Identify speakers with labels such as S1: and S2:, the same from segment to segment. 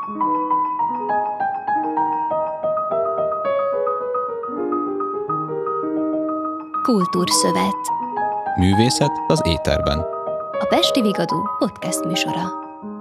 S1: Kultúrszövet.
S2: Művészet az éterben.
S1: A Pesti Vigadó podcast műsora.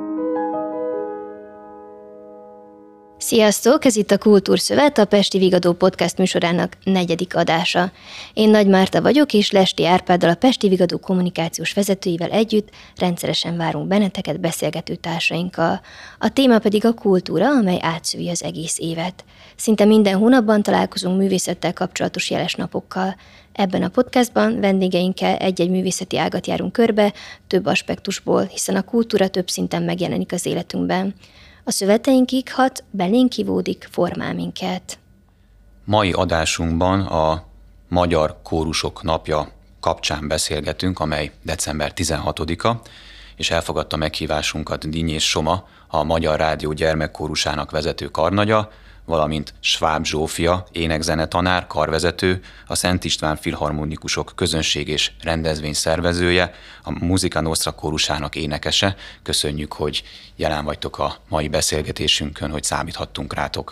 S1: Sziasztok! Ez itt a Kultúrszövet, a Pesti Vigadó podcast műsorának 4. adása. Én Nagy Márta vagyok, és Lesti Árpáddal, a Pesti Vigadó kommunikációs vezetőivel együtt rendszeresen várunk benneteket beszélgető társainkkal. A téma pedig a kultúra, amely átszövi az egész évet. Szinte minden hónapban találkozunk művészettel kapcsolatos jeles napokkal. Ebben a podcastban vendégeinkkel egy-egy művészeti ágat járunk körbe, több aspektusból, hiszen a kultúra több szinten megjelenik az életünkben. A szöveteinkig hat, belénk kivódik, formál minket.
S2: Mai adásunkban a Magyar Kórusok Napja kapcsán beszélgetünk, amely december 16-a, és elfogadta meghívásunkat Dinnyés Soma, a Magyar Rádió gyermekkórusának vezető karnagya, valamint Schwab Zsófia, énekzenetanár, karvezető, a Szent István Filharmonikusok közönség és rendezvény szervezője, a Musica Nostra kórusának énekese. Köszönjük, hogy jelen vagytok a mai beszélgetésünkön, hogy számíthattunk rátok.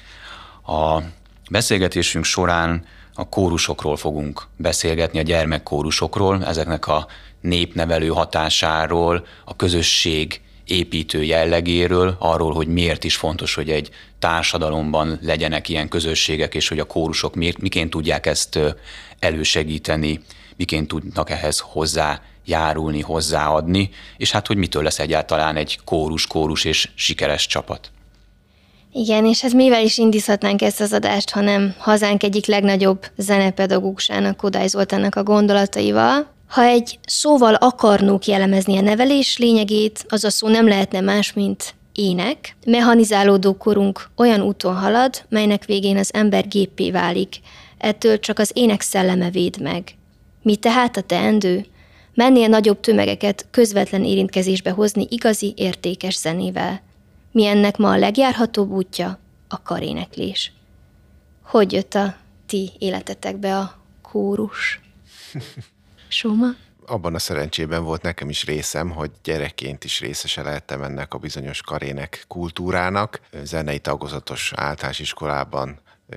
S2: A beszélgetésünk során a kórusokról fogunk beszélgetni, a gyermekkórusokról, ezeknek a népnevelő hatásáról, a közösség építő jellegéről, arról, hogy miért is fontos, hogy egy társadalomban legyenek ilyen közösségek, és hogy a kórusok miként tudják ezt elősegíteni, miként tudnak ehhez hozzájárulni, hozzáadni, és hát, hogy mitől lesz egyáltalán egy kórus és sikeres csapat.
S1: Igen, és hát mivel is indíthatnánk ezt az adást, hanem hazánk egyik legnagyobb zenepedagógusának, Kodály Zoltánnak a gondolataival. Ha egy szóval akarnunk jellemezni a nevelés lényegét, az a szó nem lehetne más, mint ének. Mechanizálódó korunk olyan úton halad, melynek végén az ember géppé válik. Ettől csak az ének szelleme véd meg. Mi tehát a teendő? Mennél nagyobb tömegeket közvetlen érintkezésbe hozni igazi, értékes zenével. Mi ennek ma a legjárhatóbb útja? A karéneklés. Hogy jött a ti életetekbe a kórus? Soma?
S3: Abban a szerencsében volt nekem is részem, hogy gyerekként is részese lehettem ennek a bizonyos karének kultúrának. Zenei tagozatos általános iskolában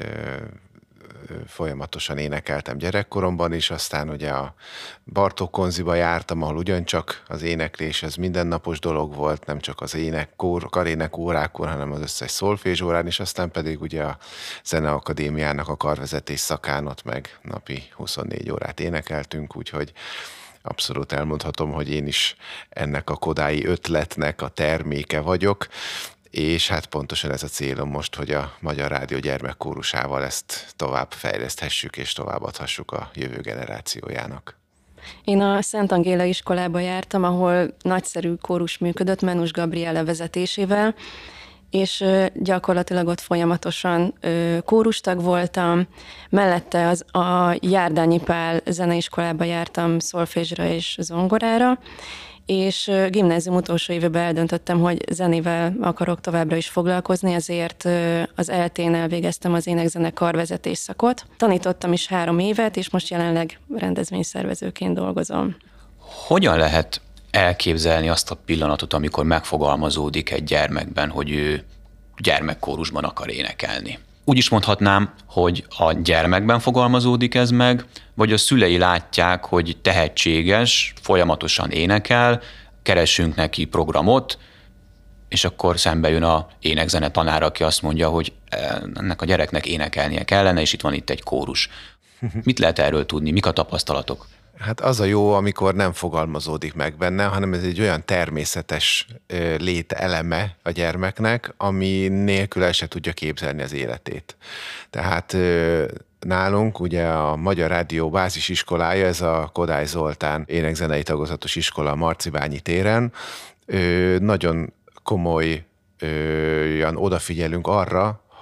S3: folyamatosan énekeltem gyerekkoromban is, aztán ugye a Bartók Konziba jártam, ahol ugyancsak az éneklés ez mindennapos dolog volt, nem csak az karének órákon, hanem az összes szolfés órán is, aztán pedig ugye a Zeneakadémiának a karvezetés szakán ott meg napi 24 órát énekeltünk, úgyhogy abszolút elmondhatom, hogy én is ennek a kodályi ötletnek a terméke vagyok, és hát pontosan ez a célom most, hogy a Magyar Rádió gyermekkórusával ezt tovább fejleszthessük és továbbadhassuk a jövő generációjának.
S4: Én a Szent Angéla iskolába jártam, ahol nagyszerű kórus működött Menus Gabriella vezetésével, és gyakorlatilag ott folyamatosan kórustag voltam, mellette a Járdányi Pál zeneiskolába jártam szolfésra és zongorára, és gimnázium utolsó évben eldöntöttem, hogy zenével akarok továbbra is foglalkozni, ezért az ELTE-n végeztem az énekzene karvezetés szakot. Tanítottam is 3 évet, és most jelenleg rendezvényszervezőként dolgozom.
S2: Hogyan lehet elképzelni azt a pillanatot, amikor megfogalmazódik egy gyermekben, hogy ő gyermekkórusban akar énekelni? Úgy is mondhatnám, hogy a gyermekben fogalmazódik ez meg, vagy a szülei látják, hogy tehetséges, folyamatosan énekel, keresünk neki programot, és akkor szembe jön a énekzene tanár, aki azt mondja, hogy ennek a gyereknek énekelnie kellene, és itt egy kórus. Mit lehet erről tudni? Mik a tapasztalatok?
S3: Hát az a jó, amikor nem fogalmazódik meg benne, hanem ez egy olyan természetes lételeme a gyermeknek, ami nélkül el se tudja képzelni az életét. Tehát nálunk ugye a Magyar Rádió bázisiskolája, ez a Kodály Zoltán énekzenei tagozatos iskola a Marcibányi téren. Nagyon komolyan odafigyelünk arra,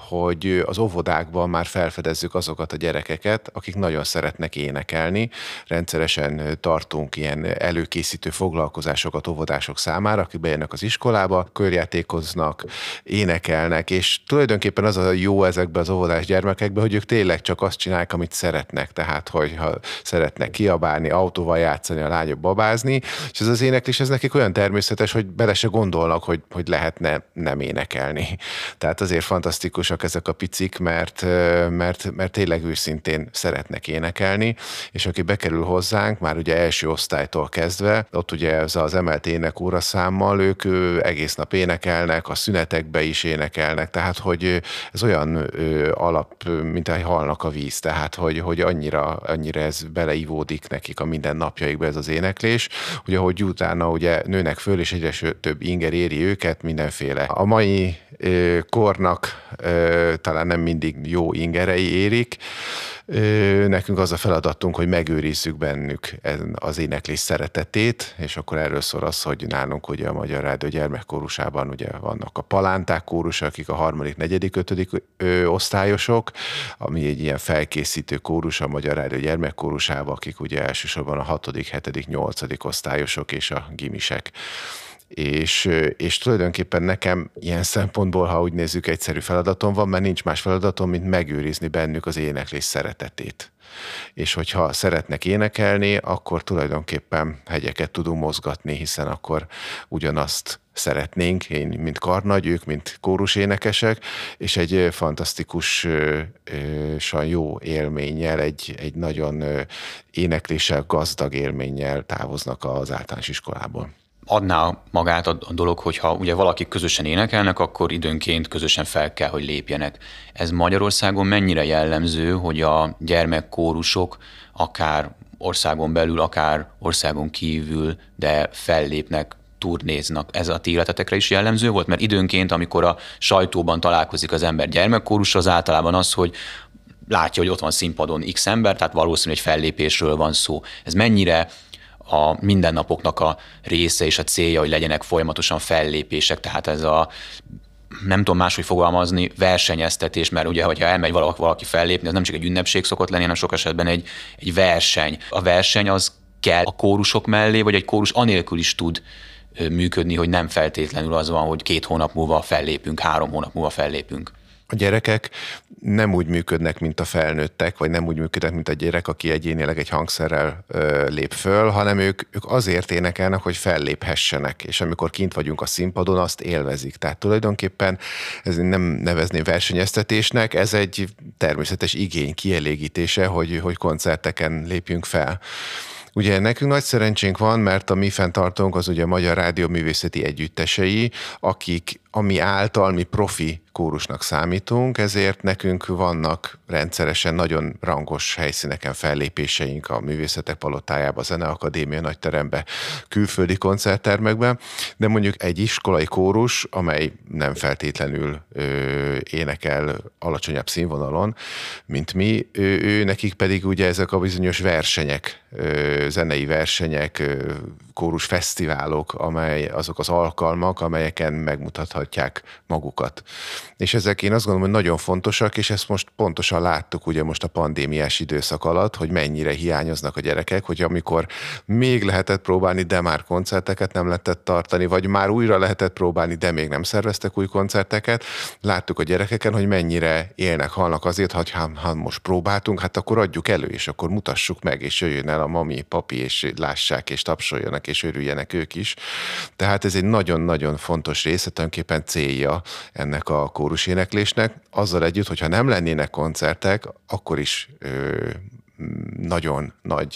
S3: hogy az óvodákban már felfedezzük azokat a gyerekeket, akik nagyon szeretnek énekelni. Rendszeresen tartunk ilyen előkészítő foglalkozásokat óvodások számára, akik bejönnek az iskolába, körjátékoznak, énekelnek, és tulajdonképpen az a jó ezekben az óvodás gyermekekben, hogy ők tényleg csak azt csinálják, amit szeretnek. Tehát, hogyha szeretnek kiabálni, autóval játszani, a lányok babázni, és ez az éneklés, ez nekik olyan természetes, hogy bele se gondolnak, hogy lehetne nem énekelni. Tehát azért fantasztikusak ezek a picik, mert tényleg őszintén szeretnek énekelni, és aki bekerül hozzánk, már ugye első osztálytól kezdve, ott ugye ez az emelt énekóraszámmal, ők egész nap énekelnek, a szünetekbe is énekelnek, tehát hogy ez olyan alap, mint ahogy halnak a víz, tehát hogy annyira ez beleivódik nekik a mindennapjaikba ez az éneklés, hogy ahogy utána ugye nőnek föl, és egyre több inger éri őket, mindenféle. A mai kornak talán nem mindig jó ingerei érik. Nekünk az a feladatunk, hogy megőrizzük bennük az éneklés szeretetét, és akkor erről szól az, hogy nálunk ugye a Magyar Rádió gyermekkórusában ugye vannak a palánták kórusok, akik a 3., 4., 5. Osztályosok, ami egy ilyen felkészítő kórus a Magyar Rádió gyermekkórusában, akik ugye elsősorban a 6., 7., 8. osztályosok és a gimisek. És tulajdonképpen nekem ilyen szempontból, ha úgy nézzük, egyszerű feladatom van, mert nincs más feladatom, mint megőrizni bennük az éneklés szeretetét. És hogyha szeretnek énekelni, akkor tulajdonképpen hegyeket tudunk mozgatni, hiszen akkor ugyanazt szeretnénk, én mint karnagy, ők mint kórusénekesek, és egy fantasztikusan jó élménnyel, egy nagyon énekléssel gazdag élménnyel távoznak az általános iskolából.
S2: Adná magát a dolog, hogyha ugye valakik közösen énekelnek, akkor időnként közösen fel kell, hogy lépjenek. Ez Magyarországon mennyire jellemző, hogy a gyermekkórusok akár országon belül, akár országon kívül, de fellépnek, turnéznak? Ez a ti életetekre is jellemző volt? Mert időnként, amikor a sajtóban találkozik az ember gyermekkórusra, az általában az, hogy látja, hogy ott van színpadon X ember, tehát valószínű, hogy fellépésről van szó. Ez mennyire a mindennapoknak a része és a célja, hogy legyenek folyamatosan fellépések, tehát ez a, nem tudom máshogy fogalmazni, versenyeztetés, mert ugye, hogyha elmegy valaki fellépni, az nem csak egy ünnepség szokott lenni, hanem sok esetben egy verseny. A verseny az kell a kórusok mellé, vagy egy kórus anélkül is tud működni, hogy nem feltétlenül az van, hogy 2 hónap múlva fellépünk, 3 hónap múlva fellépünk.
S3: A gyerekek nem úgy működnek, mint a felnőttek, vagy nem úgy működnek, mint a gyerek, aki egyénileg egy hangszerrel lép föl, hanem ők azért énekelnek, hogy felléphessenek, és amikor kint vagyunk a színpadon, azt élvezik. Tehát tulajdonképpen ez nem nevezném versenyeztetésnek, ez egy természetes igény kielégítése, hogy koncerteken lépjünk fel. Ugye nekünk nagy szerencsénk van, mert a mi fenntartónk az ugye a Magyar Rádió művészeti együttesei, akik ami által mi profi kórusnak számítunk, ezért nekünk vannak rendszeresen nagyon rangos helyszíneken fellépéseink a Művészetek Palotájába, a Zeneakadémia nagyterembe, külföldi koncerttermekben, de mondjuk egy iskolai kórus, amely nem feltétlenül énekel alacsonyabb színvonalon, mint mi, nekik pedig ugye ezek a bizonyos versenyek, zenei versenyek, kórusfesztiválok, azok az alkalmak, amelyeken megmutathatják magukat. És ezek én azt gondolom, hogy nagyon fontosak, és ezt most pontosan láttuk ugye most a pandémiás időszak alatt, hogy mennyire hiányoznak a gyerekek, hogy amikor még lehetett próbálni, de már koncerteket nem lehetett tartani, vagy már újra lehetett próbálni, de még nem szerveztek új koncerteket, láttuk a gyerekeken, hogy mennyire élnek, halnak azért, hogy ha most próbáltunk, hát akkor adjuk elő, és akkor mutassuk meg, és jöjjön el a mami, papi, és lássák, és tapsoljanak, és örüljenek ők is. Tehát ez egy nagyon-nagyon fontos része, tulajdonképpen célja ennek a kóruséneklésnek. Azzal együtt, hogyha nem lennének koncertek, akkor is nagyon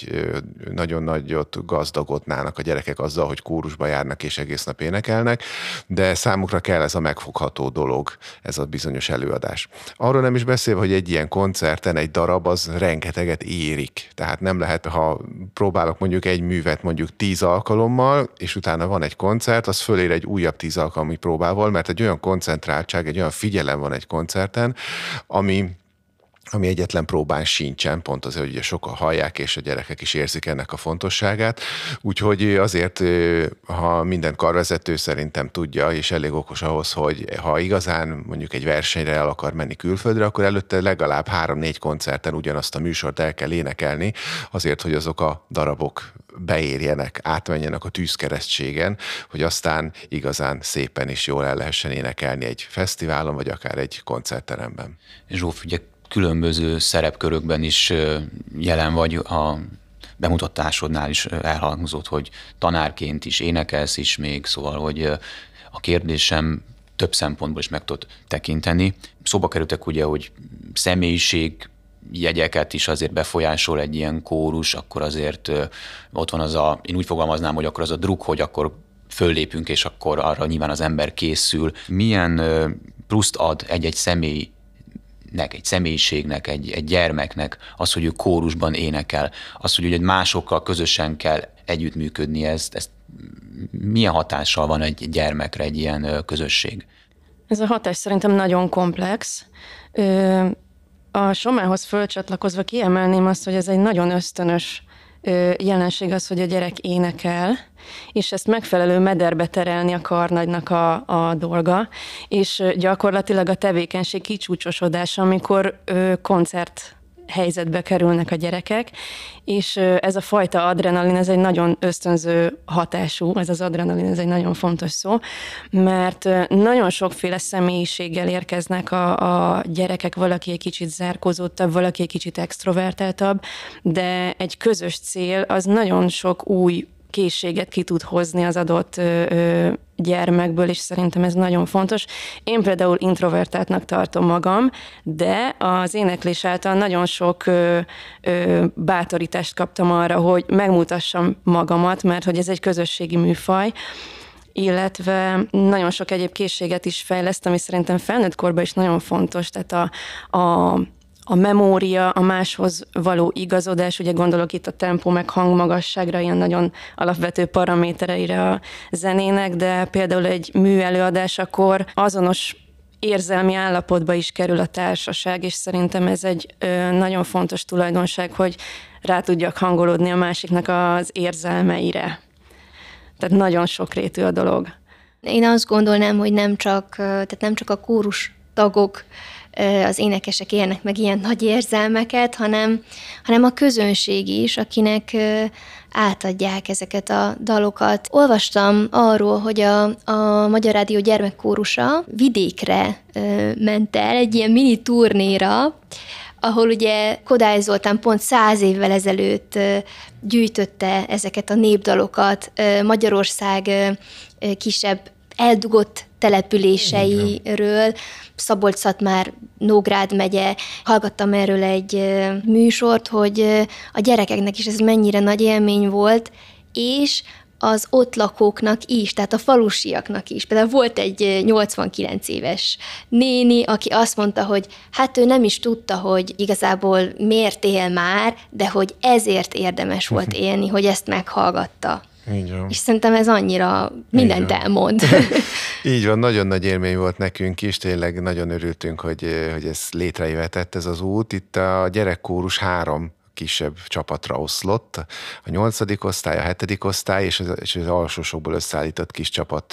S3: nagyot gazdagodnának a gyerekek azzal, hogy kórusba járnak és egész nap énekelnek, de számukra kell ez a megfogható dolog, ez a bizonyos előadás. Arról nem is beszélve, hogy egy ilyen koncerten egy darab az rengeteget érik. Tehát nem lehet, ha próbálok mondjuk egy művet mondjuk 10 alkalommal, és utána van egy koncert, az fölér egy újabb 10 alkalmi próbával, mert egy olyan koncentráltság, egy olyan figyelem van egy koncerten, ami ami egyetlen próbán sincsen, pont azért, hogy ugye sokan hallják, és a gyerekek is érzik ennek a fontosságát. Úgyhogy azért, ha minden karvezető szerintem tudja, és elég okos ahhoz, hogy ha igazán mondjuk egy versenyre el akar menni külföldre, akkor előtte legalább 3-4 koncerten ugyanazt a műsort el kell énekelni, azért, hogy azok a darabok beérjenek, átmenjenek a tűzkeresztségen, hogy aztán igazán szépen is jól el lehessen énekelni egy fesztiválon, vagy akár egy koncertteremben.
S2: Zsóf, ugye különböző szerepkörökben is jelen vagy, a bemutatásodnál is elhangzott, hogy tanárként is énekelsz is még, szóval, hogy a kérdésem több szempontból is meg tudod tekinteni. Szóba kerültek ugye, hogy személyiség jegyeket is azért befolyásol egy ilyen kórus, akkor azért ott van én úgy fogalmaznám, hogy akkor az a druk, hogy akkor föllépünk, és akkor arra nyilván az ember készül. Milyen pluszt ad egy egy személyiségnek, egy gyermeknek az, hogy ő kórusban énekel, az, hogy ugye másokkal közösen kell együttműködni, ez milyen hatással van egy gyermekre egy ilyen közösség?
S4: Ez a hatás szerintem nagyon komplex. A Somához fölcsatlakozva kiemelném azt, hogy ez egy nagyon ösztönös jelenség az, hogy a gyerek énekel, és ezt megfelelő mederbe terelni a karnagynak a dolga, és gyakorlatilag a tevékenység kicsúcsosodása, amikor koncert helyzetbe kerülnek a gyerekek, és ez a fajta adrenalin, ez egy nagyon ösztönző hatású, ez az adrenalin, ez egy nagyon fontos szó, mert nagyon sokféle személyiséggel érkeznek a gyerekek, valaki egy kicsit zárkózottabb, valaki egy kicsit extrovertáltabb, de egy közös cél az nagyon sok új készséget ki tud hozni az adott gyermekből, és szerintem ez nagyon fontos. Én például introvertáltnak tartom magam, de az éneklés által nagyon sok bátorítást kaptam arra, hogy megmutassam magamat, mert hogy ez egy közösségi műfaj, illetve nagyon sok egyéb készséget is fejleszt, ami szerintem felnőtt korban is nagyon fontos, tehát a memória, a máshoz való igazodás, ugye gondolok itt a tempó meg hangmagasságra, ilyen nagyon alapvető paramétereire a zenének, de például egy műelőadás, akkor azonos érzelmi állapotba is kerül a társaság, és szerintem ez egy nagyon fontos tulajdonság, hogy rá tudjak hangolódni a másiknak az érzelmeire. Tehát nagyon sokrétű a dolog.
S1: Én azt gondolnám, hogy nem csak a kórus tagok, az énekesek élnek meg ilyen nagy érzelmeket, hanem a közönség is, akinek átadják ezeket a dalokat. Olvastam arról, hogy a Magyar Rádió gyermekkórusa vidékre ment el egy ilyen mini turnéra, ahol ugye Kodály Zoltán pont 100 évvel ezelőtt gyűjtötte ezeket a népdalokat Magyarország kisebb eldugott településeiről, Szabolcs-Szatmár, Nógrád megye. Hallgattam erről egy műsort, hogy a gyerekeknek is ez mennyire nagy élmény volt, és az ott lakóknak is, tehát a falusiaknak is. Például volt egy 89 éves néni, aki azt mondta, hogy hát ő nem is tudta, hogy igazából miért él már, de hogy ezért érdemes volt élni, hogy ezt meghallgatta.
S3: Így van.
S1: És szerintem ez annyira mindent elmond.
S3: Így van, nagyon nagy élmény volt nekünk is, tényleg nagyon örültünk, hogy ez létrejöhetett ez az út. Itt a gyerekkórus 3 kisebb csapatra oszlott. A 8. osztály, a 7. osztály és az alsósokból összeállított kis csapat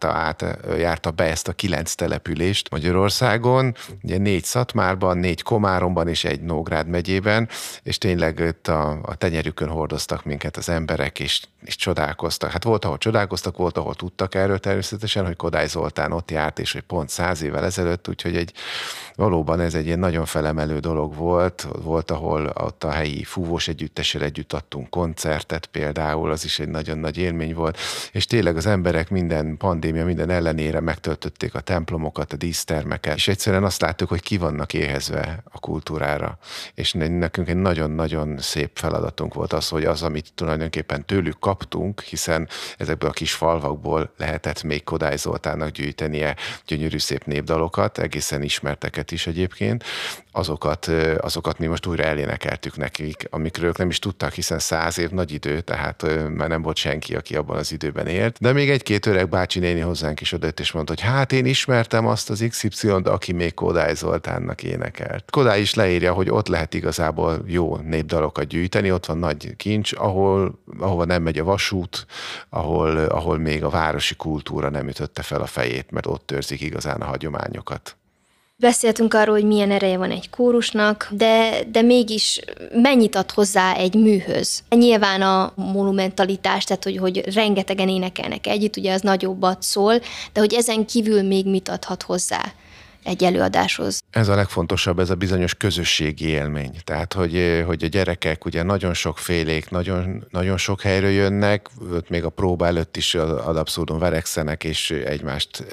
S3: járta be ezt a 9 települést Magyarországon. Ugye 4 Szatmárban, 4 Komáromban és 1 Nógrád megyében, és tényleg itt a tenyerükön hordoztak minket az emberek, és csodálkoztak. Hát volt, ahol csodálkoztak, volt, ahol tudtak erről természetesen, hogy Kodály Zoltán ott járt, és hogy pont 100 évvel ezelőtt, úgyhogy valóban ez egy ilyen nagyon felemelő dolog volt. Volt, ahol ott a helyi fúvós együttessel együtt adtunk koncertet például, az is egy nagyon nagy élmény volt, és tényleg az emberek minden pandémia, minden ellenére megtöltötték a templomokat, a dísztermeket, és egyszerűen azt láttuk, hogy ki vannak éhezve a kultúrára. És nekünk egy nagyon-nagyon szép feladatunk volt az, hogy az, amit tulajdonképpen tőlük kaptunk, hiszen ezekből a kis falvakból lehetett még Kodály Zoltánnak gyűjtenie gyönyörű szép népdalokat, egészen ismerteket is egyébként, azokat mi most újra elénekeltük neki amikről ők nem is tudtak, hiszen 100 év nagy idő, tehát már nem volt senki, aki abban az időben élt. De még egy-két öreg bácsi néni hozzánk is odajött, és mondta, hogy hát én ismertem azt az XY-t, aki még Kodály Zoltánnak énekelt. Kodály is leírja, hogy ott lehet igazából jó népdalokat gyűjteni, ott van nagy kincs, ahova nem megy a vasút, ahol még a városi kultúra nem ütötte fel a fejét, mert ott őrzik igazán a hagyományokat.
S1: Beszéltünk arról, hogy milyen ereje van egy kórusnak, de mégis mennyit ad hozzá egy műhöz? Nyilván a monumentalitás, tehát hogy rengetegen énekelnek együtt, ugye az nagyobbat szól, de hogy ezen kívül még mit adhat hozzá egy előadáshoz?
S3: Ez a legfontosabb, ez a bizonyos közösségi élmény. Tehát, hogy a gyerekek ugye nagyon sokfélék, nagyon sok helyről jönnek, ott még a próba előtt is ad abszurdum verekszenek, és egymást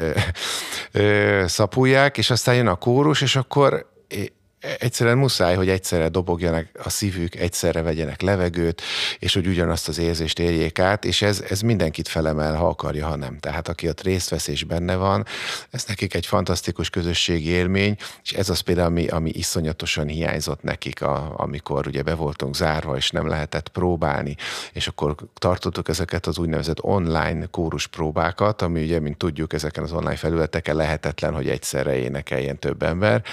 S3: szapulják, és aztán jön a kórus, és akkor egyszerűen muszáj, hogy egyszerre dobogjanak a szívük, egyszerre vegyenek levegőt, és hogy ugyanazt az érzést érjék át, és ez mindenkit felemel, ha akarja, ha nem. Tehát aki ott részt vesz és benne van, ez nekik egy fantasztikus közösségi élmény, és ez az például, ami iszonyatosan hiányzott nekik, amikor ugye be voltunk zárva, és nem lehetett próbálni, és akkor tartottuk ezeket az úgynevezett online kórus próbákat, ami ugye, mint tudjuk, ezeken az online felületeken lehetetlen, hogy egyszerre énekeljen több ember,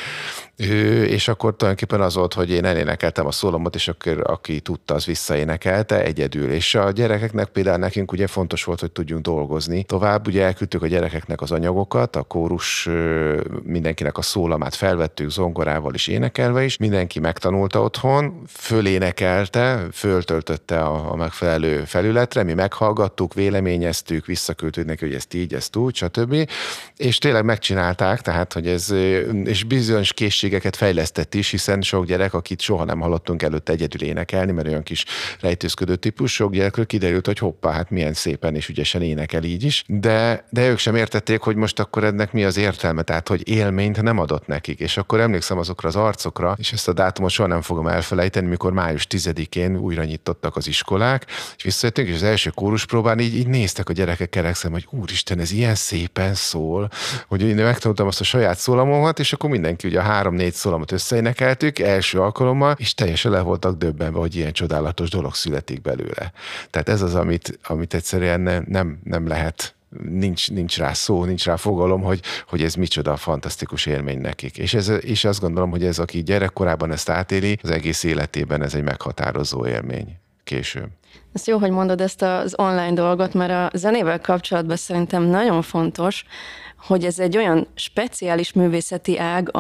S3: és akkor tulajdonképpen az volt, hogy én elénekeltem a szólomot, és akkor aki tudta, az visszaénekelte egyedül. És a gyerekeknek például nekünk ugye fontos volt, hogy tudjunk dolgozni. Tovább ugye elküldtük a gyerekeknek az anyagokat, a kórus mindenkinek a szólamát felvettük zongorával is, énekelve is. Mindenki megtanulta otthon, fölénekelte, föltöltötte a megfelelő felületre, mi meghallgattuk, véleményeztük, visszaküldtük neki, hogy ezt így, ezt úgy, stb. És tényleg megcsinálták, tehát, hogy ez, és bizonyos készségeket fejlesztett is, hiszen sok gyerek, akit soha nem hallottunk előtte egyedül énekelni, mert olyan kis rejtőzködő típus, sok gyerekről kiderült, hogy hoppá, hát milyen szépen és ügyesen énekel így is, de ők sem értették, hogy most akkor ennek mi az értelme, tehát hogy élményt nem adott nekik, és akkor emlékszem azokra az arcokra, és ezt a dátumot soha nem fogom elfelejteni, mikor május 10-én újra nyitottak az iskolák, és visszajöttünk, és az első kóruspróbán így néztek a gyerekek kerekszem, hogy úristen, ez ilyen szépen szól, hogy én megtanultam azt a saját szólamomat, és akkor mindenki ugye a 3-4 szólamot összeénekeltük első alkalommal, és teljesen le voltak döbbenve, hogy ilyen csodálatos dolog születik belőle. Tehát ez az, amit egyszerűen nem lehet, nincs rá szó, nincs rá fogalom, hogy ez micsoda fantasztikus élmény nekik. És azt gondolom, hogy ez, aki gyerekkorában ezt átéli, az egész életében ez egy meghatározó élmény később.
S4: Ez jó, hogy mondod ezt az online dolgot, mert a zenével kapcsolatban szerintem nagyon fontos, hogy ez egy olyan speciális művészeti ág,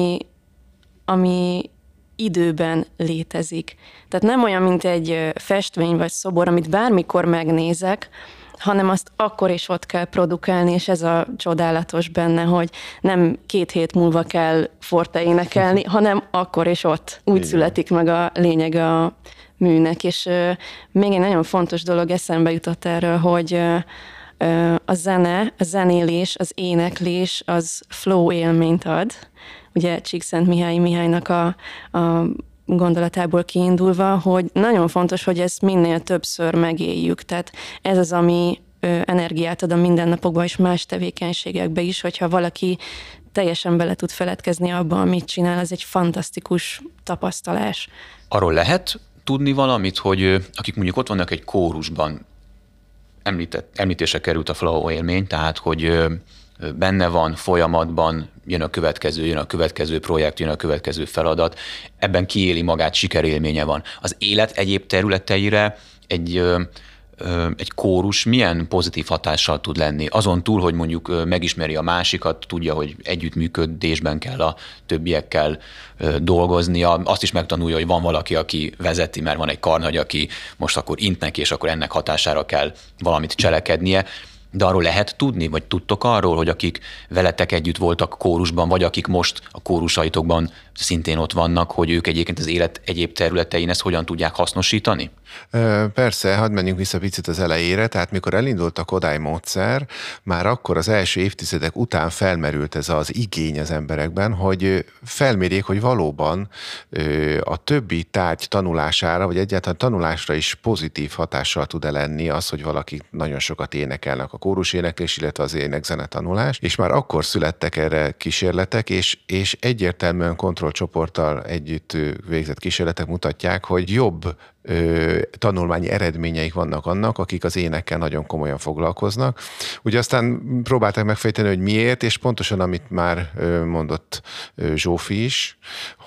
S4: ami időben létezik. Tehát nem olyan, mint egy festmény vagy szobor, amit bármikor megnézek, hanem azt akkor is ott kell produkálni, és ez a csodálatos benne, hogy nem 2 hét múlva kell forte énekelni, hanem akkor is ott. Úgy születik meg a lényeg a műnek. És még egy nagyon fontos dolog eszembe jutott erről, hogy a zene, a zenélés, az éneklés, az flow élményt ad. Ugye Csíkszentmihályi Mihálynak a gondolatából kiindulva, hogy nagyon fontos, hogy ezt minél többször megéljük. Tehát ez az, ami energiát ad a mindennapokban és más tevékenységekbe is, hogyha valaki teljesen bele tud feledkezni abba, amit csinál, az egy fantasztikus tapasztalás.
S2: Arról lehet tudni valamit, hogy akik mondjuk ott vannak egy kórusban, említésre került a flow élmény, tehát hogy benne van, folyamatban, jön a következő projekt, jön a következő feladat, ebben kiéli magát, sikerélménye van. Az élet egyéb területeire egy kórus milyen pozitív hatással tud lenni? Azon túl, hogy mondjuk megismeri a másikat, tudja, hogy együttműködésben kell a többiekkel dolgoznia, azt is megtanulja, hogy van valaki, aki vezeti, mert van egy karnagy, aki most akkor int neki, és akkor ennek hatására kell valamit cselekednie. De arról lehet tudni, vagy tudtok arról, hogy akik veletek együtt voltak kórusban, vagy akik most a kórusaitokban szintén ott vannak, hogy ők egyébként az élet egyéb területein ezt hogyan tudják hasznosítani?
S3: Persze, hadd menjünk vissza picit az elejére, tehát mikor elindult a Kodály módszer, már akkor az első évtizedek után felmerült ez az igény az emberekben, hogy felmérjék, hogy valóban a többi tárgy tanulására, vagy egyáltalán tanulásra is pozitív hatással tud-e lenni az, hogy valaki nagyon sokat énekelnek a kóruséneklés, illetve az énekzene tanulás, és már akkor születtek erre kísérletek, és egyértelműen kontrollcsoporttal együtt végzett kísérletek mutatják, hogy jobb tanulmányi eredményeik vannak annak, akik az énekkel nagyon komolyan foglalkoznak. Ugye aztán próbálták megfejteni, hogy miért, és pontosan amit már mondott Zsófi is,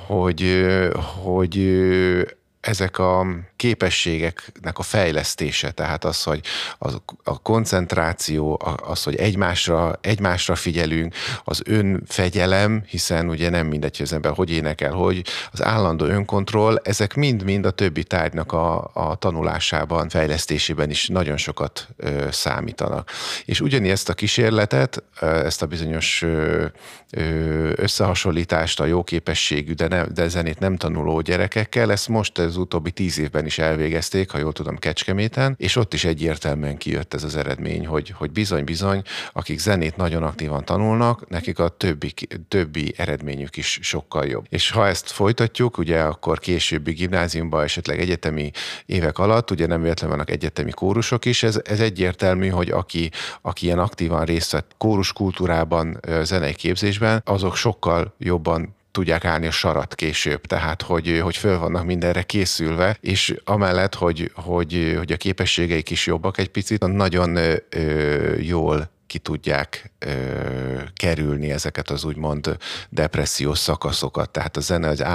S3: hogy ezek a képességeknek a fejlesztése, tehát az, hogy a koncentráció, az, hogy egymásra figyelünk, az önfegyelem, hiszen ugye nem mindegy, hogy az ember hogy énekel, hogy az állandó önkontroll, ezek mind-mind a többi tárgynak a tanulásában, fejlesztésében is nagyon sokat számítanak. És ugyanezt a kísérletet, ezt a bizonyos összehasonlítást a jó képességű, de zenét nem tanuló gyerekekkel, ezt most az utóbbi 10 évben is elvégezték, ha jól tudom, Kecskeméten, és ott is egyértelműen kijött ez az eredmény, hogy bizony, akik zenét nagyon aktívan tanulnak, nekik a többi eredményük is sokkal jobb. És ha ezt folytatjuk, ugye akkor későbbi gimnáziumban, esetleg egyetemi évek alatt, ugye nem véletlenül vannak egyetemi kórusok is, ez egyértelmű, hogy aki ilyen aktívan részt vett kórus kultúrában, zenei képzésben, azok sokkal jobban tudják állni a sarat később, tehát hogy föl vannak mindenre készülve, és amellett, hogy a képességeik is jobbak egy picit, nagyon jól ki tudják kerülni ezeket az úgymond depressziós szakaszokat. Tehát a zene az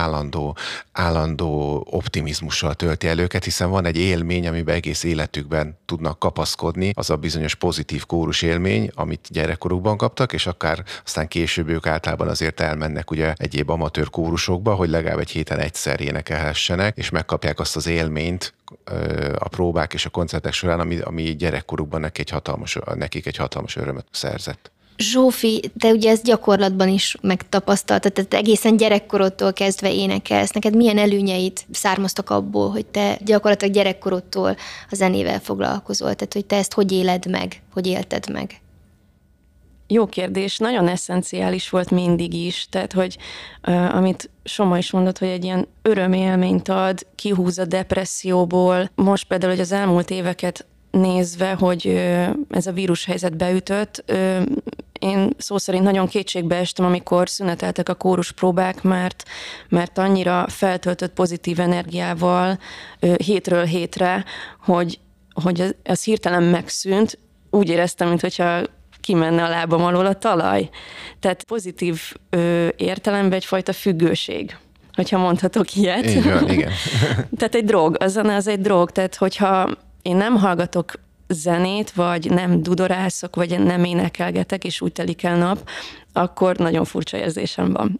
S3: állandó optimizmussal tölti el őket, hiszen van egy élmény, amiben egész életükben tudnak kapaszkodni, az a bizonyos pozitív kórus élmény, amit gyerekkorukban kaptak, és akár aztán később ők általában azért elmennek ugye egyéb amatőr kórusokba, hogy legalább egy héten egyszer énekelhessenek, és megkapják azt az élményt a próbák és a koncertek során, ami gyerekkorukban nekik egy hatalmas örömet szerzett.
S1: Zsófi, te ugye ezt gyakorlatban is megtapasztaltad, tehát egészen gyerekkorodtól kezdve énekelsz. Neked milyen előnyeit származtak abból, hogy te gyakorlatilag gyerekkorodtól a zenével foglalkozol? Tehát, hogy te ezt hogy éled meg, hogy élted meg?
S4: Jó kérdés, nagyon eszenciális volt mindig is, tehát, hogy amit Soma is mondott, hogy egy ilyen örömélményt ad, kihúz a depresszióból. Most például, hogy az elmúlt éveket nézve, hogy ez a vírushelyzet beütött, én szó szerint nagyon kétségbe estem, amikor szüneteltek a kóruspróbák, mert annyira feltöltött pozitív energiával hétről hétre, hogy az hirtelen megszűnt. Úgy éreztem, mintha kimenne a lábam alól a talaj. Tehát pozitív értelemben egyfajta függőség, hogyha mondhatok ilyet.
S3: Így van, igen.
S4: Tehát egy drog, a zene az egy drog, tehát hogyha én nem hallgatok zenét, vagy nem dudorászok, vagy nem énekelgetek, és úgy telik el nap, akkor nagyon furcsa érzésem van.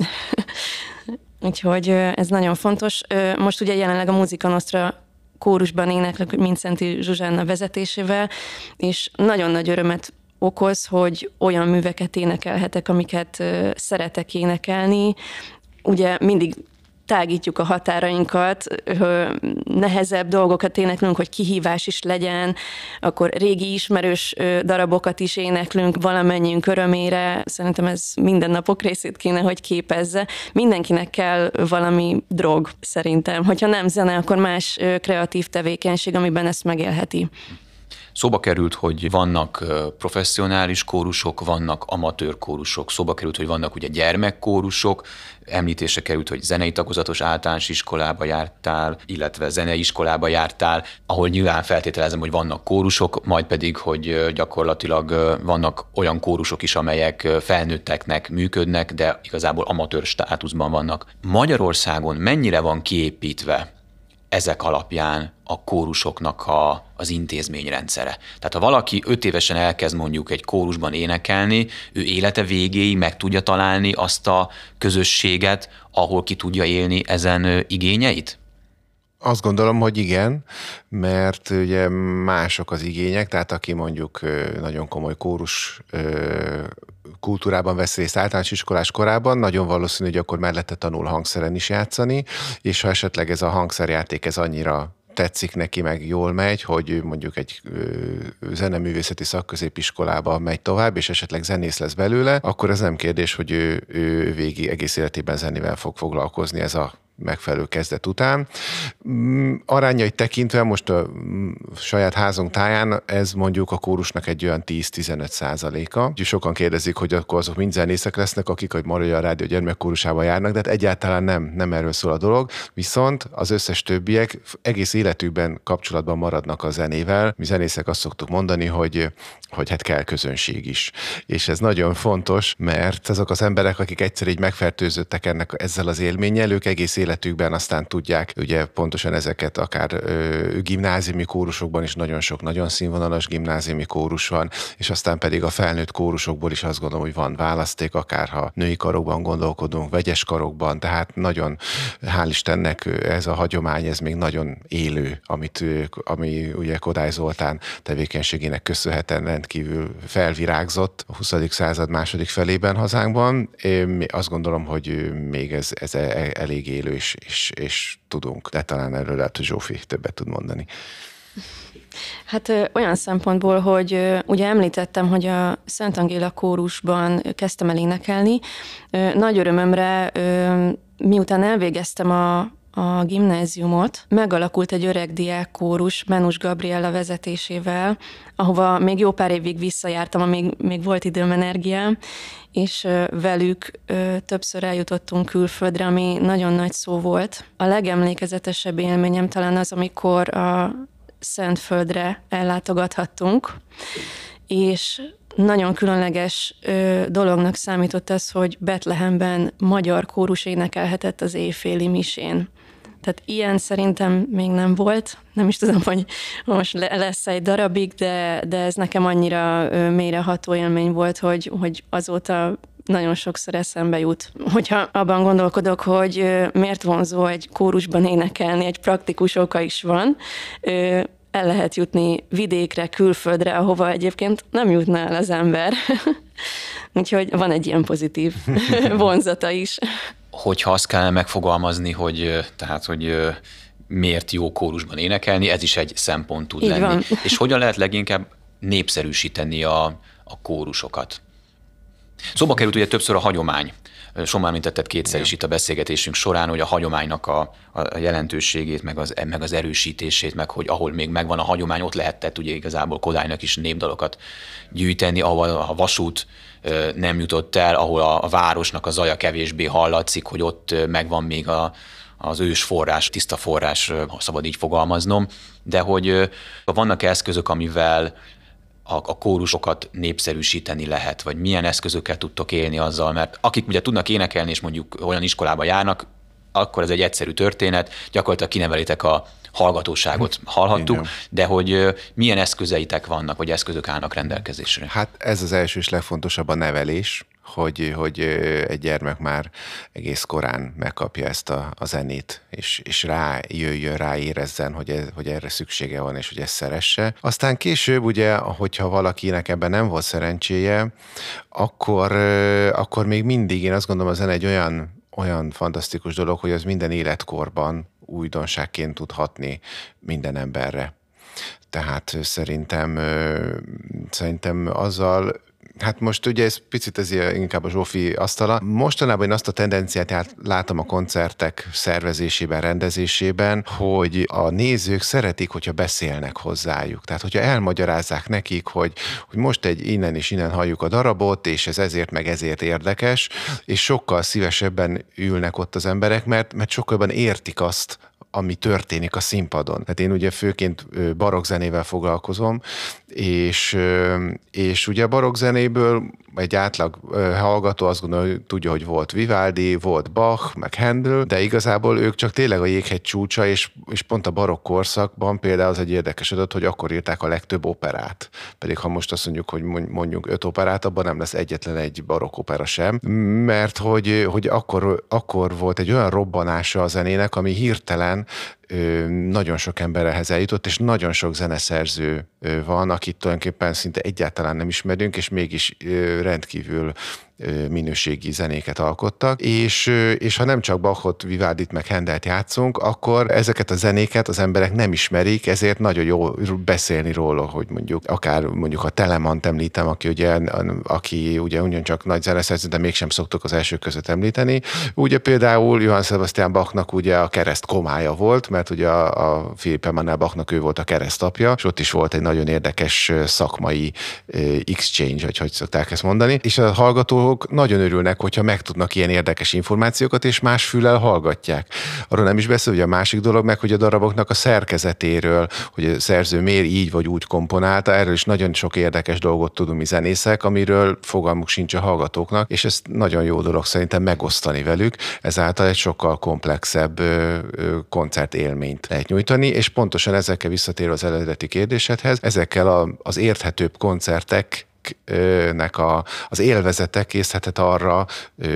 S4: Úgyhogy ez nagyon fontos. Most ugye jelenleg a Musica Nostra kórusban éneklek Mindszenty Zsuzsánna vezetésével, és nagyon nagy örömet okoz, hogy olyan műveket énekelhetek, amiket szeretek énekelni. Ugye mindig tágítjuk a határainkat, nehezebb dolgokat éneklünk, hogy kihívás is legyen, akkor régi ismerős darabokat is éneklünk valamennyiünk örömére. Szerintem ez mindennapok részét kéne, hogy képezze. Mindenkinek kell valami drog, szerintem. Hogyha nem zene, akkor más kreatív tevékenység, amiben ezt megélheti.
S2: Szóba került, hogy vannak professzionális kórusok, vannak amatőr kórusok. Szóba került, hogy vannak ugye gyermekkórusok. Említésre került, hogy zenei tagozatos általános iskolába jártál, illetve zenei iskolába jártál, ahol nyilván feltételezem, hogy vannak kórusok, majd pedig, hogy gyakorlatilag vannak olyan kórusok is, amelyek felnőtteknek működnek, de igazából amatőr státuszban vannak. Magyarországon mennyire van kiépítve ezek alapján a kórusoknak az intézményrendszere? Tehát ha valaki 5 évesen elkezd mondjuk egy kórusban énekelni, ő élete végéig meg tudja találni azt a közösséget, ahol ki tudja élni ezen igényeit?
S3: Azt gondolom, hogy igen, mert ugye mások az igények, tehát aki mondjuk nagyon komoly kórus kultúrában vesz részt általános iskolás korában, nagyon valószínű, hogy akkor mellette tanul hangszeren is játszani, és ha esetleg ez a hangszerjáték ez annyira tetszik neki, meg jól megy, hogy mondjuk egy zeneművészeti szakközépiskolába megy tovább, és esetleg zenész lesz belőle, akkor ez nem kérdés, hogy ő végig egész életében zenével fog foglalkozni. Ez a megfelelő kezdet után. Arányait tekintve most a saját házunk táján ez mondjuk a kórusnak egy olyan 10-15%. Úgyhogy sokan kérdezik, hogy akkor azok mind zenészek lesznek, akik a Magyar Rádió gyermekkórusában járnak, de hát egyáltalán nem erről szól a dolog. Viszont az összes többiek egész életükben kapcsolatban maradnak a zenével. Mi zenészek azt szoktuk mondani, hogy hát kell közönség is. És ez nagyon fontos, mert azok az emberek, akik egyszer így megfertőzöttek ezzel az élménnyel, ők egész életükben aztán tudják, ugye pontosan ezeket akár gimnáziumi kórusokban is nagyon sok, nagyon színvonalas gimnáziumi kórus van, és aztán pedig a felnőtt kórusokból is azt gondolom, hogy van választék, akár ha női karokban gondolkodunk, vegyes karokban, tehát nagyon, hál' Istennek ez a hagyomány, ez még nagyon élő, ami ugye Kodály Zoltán tevékenységének köszönhetően rendkívül felvirágzott a 20. század második felében hazánkban. Én azt gondolom, hogy még ez elég élő, és tudunk, de talán erről lehet, hogy Zsófi többet tud mondani.
S4: Hát olyan szempontból, hogy ugye említettem, hogy a Szent Angéla kórusban kezdtem el énekelni. Nagy örömömre, miután elvégeztem a gimnáziumot, megalakult egy öreg diákkórus Menus Gabriella vezetésével, ahova még jó pár évig visszajártam, amíg még volt időm, energiám, és velük többször eljutottunk külföldre, ami nagyon nagy szó volt. A legemlékezetesebb élményem talán az, amikor a Szentföldre ellátogathattunk, és nagyon különleges dolognak számított az, hogy Betlehemben magyar kórus énekelhetett az éjféli misén. Tehát ilyen szerintem még nem volt. Nem is tudom, hogy most lesz egy darabig, de ez nekem annyira mélyreható élmény volt, hogy azóta nagyon sokszor eszembe jut. Hogyha abban gondolkodok, hogy miért vonzó egy kórusban énekelni, egy praktikus oka is van, el lehet jutni vidékre, külföldre, ahova egyébként nem jutna el az ember. Úgyhogy van egy ilyen pozitív vonzata is.
S2: Hogyha azt kellene megfogalmazni, hogy miért jó kórusban énekelni, ez is egy szempont tud lenni. Van. És hogyan lehet leginkább népszerűsíteni a kórusokat? Szóba került ugye többször a hagyomány. Somár említetted kétszer is itt a beszélgetésünk során, hogy a hagyománynak a jelentőségét, meg az erősítését, meg hogy ahol még megvan a hagyomány, ott lehetett ugye igazából Kodálynak is népdalokat gyűjteni, ahol a vasút nem jutott el, ahol a városnak a zaja kevésbé hallatszik, hogy ott megvan még az ős forrás, tiszta forrás, ha szabad így fogalmaznom, de hogy vannak eszközök, amivel a kórusokat népszerűsíteni lehet, vagy milyen eszközökkel tudtok élni azzal, mert akik ugye tudnak énekelni, és mondjuk olyan iskolába járnak, akkor ez egy egyszerű történet, gyakorlatilag kinevelitek a hallgatóságot, hallhattuk, de hogy milyen eszközeitek vannak, vagy eszközök állnak rendelkezésre?
S3: Hát ez az első és legfontosabb a nevelés, hogy egy gyermek már egész korán megkapja ezt a zenét, és rájöjjön, ráérezzen, hogy erre szüksége van, és hogy ezt szeresse. Aztán később, ugye, hogyha valakinek ebben nem volt szerencséje, akkor még mindig, én azt gondolom, a zene egy olyan fantasztikus dolog, hogy az minden életkorban újdonságként tud hatni minden emberre. Tehát szerintem azzal, hát most ugye ez picit inkább a Zsófi asztala. Mostanában én azt a tendenciát látom a koncertek szervezésében, rendezésében, hogy a nézők szeretik, hogyha beszélnek hozzájuk. Tehát, hogyha elmagyarázzák nekik, hogy most innen és innen halljuk a darabot, és ez ezért meg ezért érdekes, és sokkal szívesebben ülnek ott az emberek, mert sokkal jobban értik azt, ami történik a színpadon. Tehát én ugye főként barokkzenével foglalkozom, és ugye a barokkzenéből egy átlag hallgató azt gondolja, hogy tudja, hogy volt Vivaldi, volt Bach, meg Handel, de igazából ők csak tényleg a jéghegy csúcsa, és pont a barokk korszakban például az egy érdekes adat, hogy akkor írták a legtöbb operát. Pedig ha most azt mondjuk, hogy mondjuk 5 operát, abban nem lesz egyetlen egy barokk opera sem, mert hogy akkor volt egy olyan robbanása a zenének, ami hirtelen nagyon sok emberhez eljutott, és nagyon sok zeneszerző van, akit tulajdonképpen szinte egyáltalán nem ismerünk, és mégis rendkívül minőségi zenéket alkottak, és ha nem csak Bachot, Vivaldit meg Händelt játszunk, akkor ezeket a zenéket az emberek nem ismerik, ezért nagyon jó beszélni róla, hogy mondjuk a Telemant említem, aki ugye ugyancsak nagy zeneszerző, de mégsem szoktuk az elsők között említeni. Ugye például Johann Sebastian Bachnak ugye a kereszt komája volt, mert ugye a Philipp Emanuel Bachnak ő volt a keresztapja, és ott is volt egy nagyon érdekes szakmai exchange, hogy szokták ezt mondani, és a hallgatók nagyon örülnek, hogyha megtudnak ilyen érdekes információkat, és más füllel hallgatják. Arról nem is beszél, hogy a másik dolog meg, hogy a daraboknak a szerkezetéről, hogy a szerző miért így vagy úgy komponálta, erről is nagyon sok érdekes dolgot tudunk mi zenészek, amiről fogalmuk sincs a hallgatóknak, és ez nagyon jó dolog szerintem megosztani velük, ezáltal egy sokkal komplexebb koncertélményt lehet nyújtani, és pontosan ezekkel visszatérve az eredeti kérdésedhez, ezekkel az érthetőbb koncertek az élvezete készíthet arra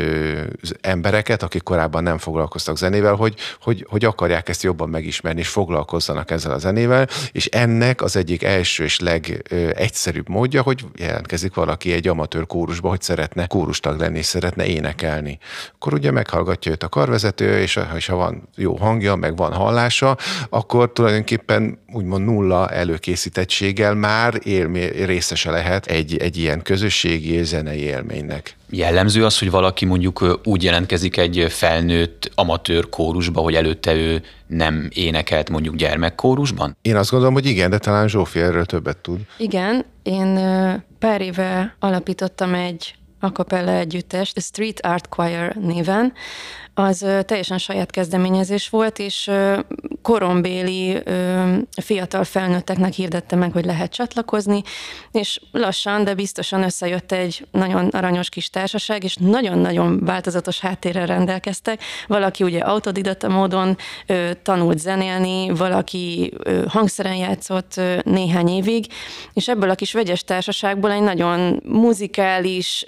S3: embereket, akik korábban nem foglalkoztak zenével, hogy akarják ezt jobban megismerni, és foglalkozzanak ezzel a zenével, és ennek az egyik első és legegyszerűbb módja, hogy jelentkezik valaki egy amatőr kórusba, hogy szeretne kórustag lenni, és szeretne énekelni. Akkor ugye meghallgatja őt a karvezető, és ha van jó hangja, meg van hallása, akkor tulajdonképpen úgymond nulla előkészítettséggel már részese lehet egy ilyen közösségi és zenei élménynek.
S2: Jellemző az, hogy valaki mondjuk úgy jelentkezik egy felnőtt amatőr kórusba, hogy előtte ő nem énekelt mondjuk gyermekkórusban?
S3: Én azt gondolom, hogy igen, de talán Zsófi erről többet tud.
S4: Igen, én pár éve alapítottam egy a cappella együttest, a Street Art Choir néven. Az teljesen saját kezdeményezés volt, és korombéli fiatal felnőtteknek hirdette meg, hogy lehet csatlakozni, és lassan, de biztosan összejött egy nagyon aranyos kis társaság, és nagyon-nagyon változatos háttérrel rendelkeztek. Valaki ugye autodidakta módon tanult zenélni, valaki hangszeren játszott néhány évig, és ebből a kis vegyes társaságból egy nagyon muzikális,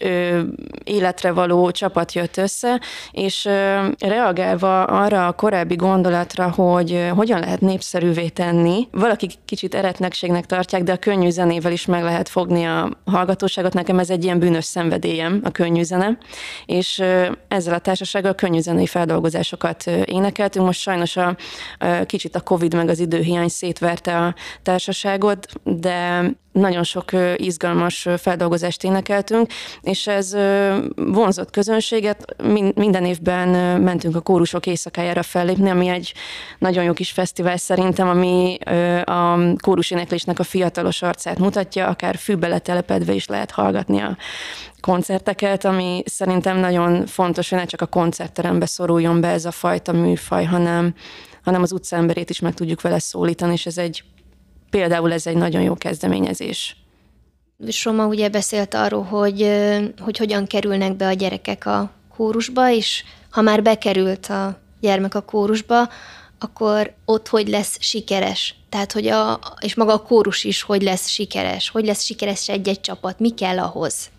S4: életre való csapat jött össze, és reagálva arra a korábbi gondolatra, hogy hogyan lehet népszerűvé tenni, valaki kicsit eretnekségnek tartják, de a könnyű zenével is meg lehet fogni a hallgatóságot. Nekem ez egy ilyen bűnös szenvedélyem, a könnyű zene, és ezzel a társasággal könnyű zenei feldolgozásokat énekeltünk. Most sajnos kicsit a Covid meg az időhiány szétverte a társaságot, de nagyon sok izgalmas feldolgozást énekeltünk, és ez vonzott közönséget. Minden évben mentünk a kórusok éjszakájára fellépni, ami egy nagyon jó kis fesztivál szerintem, ami a kóruséneklésnek a fiatalos arcát mutatja, akár fűbe letelepedve is lehet hallgatni a koncerteket, ami szerintem nagyon fontos, hogy ne csak a koncertterembe szoruljon be ez a fajta műfaj, hanem az utcaemberét is meg tudjuk vele szólítani, és például ez egy nagyon jó kezdeményezés.
S1: Soma ugye beszélt arról, hogy hogyan kerülnek be a gyerekek a kórusba, és ha már bekerült a gyermek a kórusba, akkor ott hogy lesz sikeres. Tehát, és maga a kórus is hogy lesz sikeres egy csapat, mi kell ahhoz?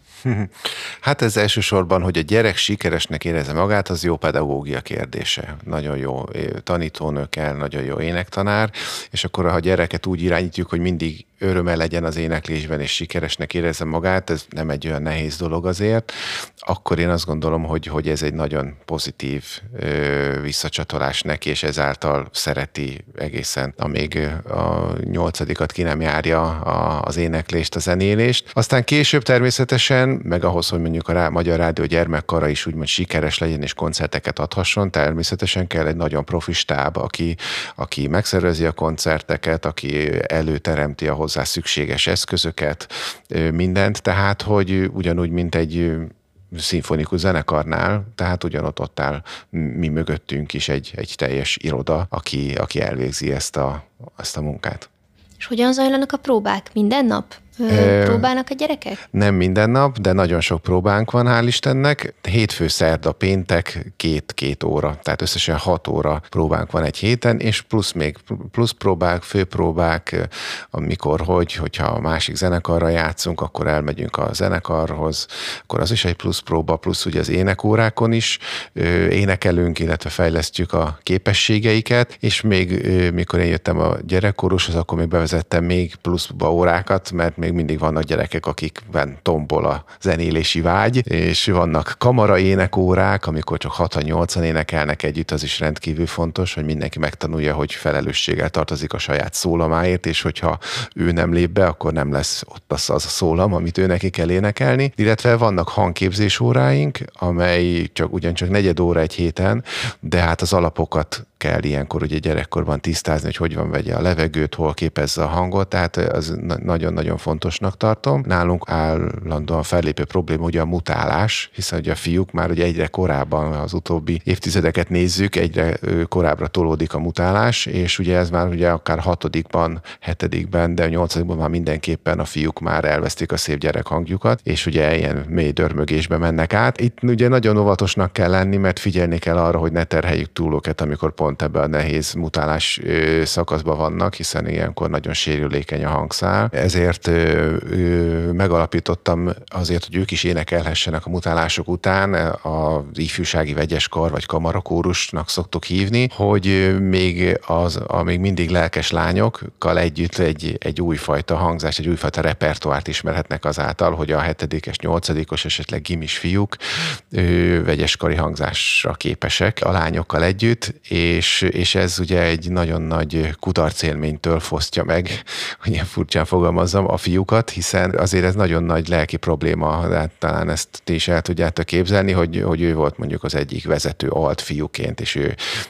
S3: Hát ez elsősorban, hogy a gyerek sikeresnek érezze magát, az jó pedagógia kérdése. Nagyon jó tanítónő kell, nagyon jó énektanár, és akkor ha a gyereket úgy irányítjuk, hogy mindig öröme legyen az éneklésben, és sikeresnek érezze magát, ez nem egy olyan nehéz dolog azért, akkor én azt gondolom, hogy ez egy nagyon pozitív visszacsatolás neki, és ezáltal szereti egészen, amíg a 8-at ki nem járja az éneklést, a zenélést. Aztán később természetesen, meg ahhoz, hogy mondjuk a Magyar Rádió gyermekkara is úgymond sikeres legyen, és koncerteket adhasson, természetesen kell egy nagyon profi stáb, aki megszervezi a koncerteket, aki előteremti a hozzá szükséges eszközöket, mindent, tehát, hogy ugyanúgy, mint egy szimfonikus zenekarnál, tehát ugyanott áll mi mögöttünk is egy teljes iroda, aki elvégzi ezt a munkát.
S1: És hogyan zajlanak a próbák? Minden nap? Próbálnak a gyerekek? Nem minden nap, de nagyon sok próbánk van, hál' Istennek. Hétfő, szerda, péntek, 2 óra, tehát összesen 6 óra próbánk van egy héten, és plusz próbák, főpróbák, amikor, hogyha a másik zenekarra játszunk, akkor elmegyünk a zenekarhoz, akkor az is egy plusz próba, plusz ugye az énekórákon is énekelünk, illetve fejlesztjük a képességeiket, és még mikor én jöttem a gyerekkórushoz, akkor még bevezettem még plusz órákat, mert
S3: még mindig vannak gyerekek, akikben tombol a zenélési vágy, és vannak kamaraénekórák, amikor csak 6-8-an énekelnek együtt, az is rendkívül fontos, hogy mindenki megtanulja, hogy felelősséggel tartozik a saját szólamáért, és hogyha ő nem lép be, akkor nem lesz ott az a szólam, amit ő neki kell énekelni. Illetve vannak hangképzés óráink, amely ugyancsak 4 óra egy héten, de hát az alapokat kell ilyenkor ugye gyerekkorban tisztázni, hogy van vegye a levegőt, hol képezze a hangot, tehát az nagyon-nagyon fontosnak tartom. Nálunk állandóan fellépő probléma ugye a mutálás, hiszen ugye a fiúk már ugye egyre korábban, az utóbbi évtizedeket nézzük, egyre korábbra tolódik a mutálás, és ugye ez már ugye akár 6-ban, 7-ben, de 8-ban már mindenképpen a fiúk már elvesztik a szép gyerek hangjukat, és ugye ilyen mély dörmögésbe mennek át. Itt ugye nagyon óvatosnak kell lenni, mert figyelni kell arra, hogy ne terheljük túl őket, amikor pont ebben a nehéz mutálás szakaszban vannak, hiszen ilyenkor nagyon sérülékeny a hangszál. Ezért megalapítottam azért, hogy ők is énekelhessenek a mutálások után, az ifjúsági vegyeskar vagy kamarakórusnak szoktuk hívni, hogy még mindig lelkes lányokkal együtt egy újfajta hangzás, egy újfajta repertoárt ismerhetnek azáltal, hogy a 7-es, 8-os, esetleg gimis fiúk vegyeskari hangzásra képesek a lányokkal együtt, és ez ugye egy nagyon nagy kudarcélménytől fosztja meg, hogy ilyen furcsán fogalmazzam, a fiúkat, hiszen azért ez nagyon nagy lelki probléma, de talán ezt ti is el tudjátok képzelni, hogy ő volt mondjuk az egyik vezető alt fiúként, és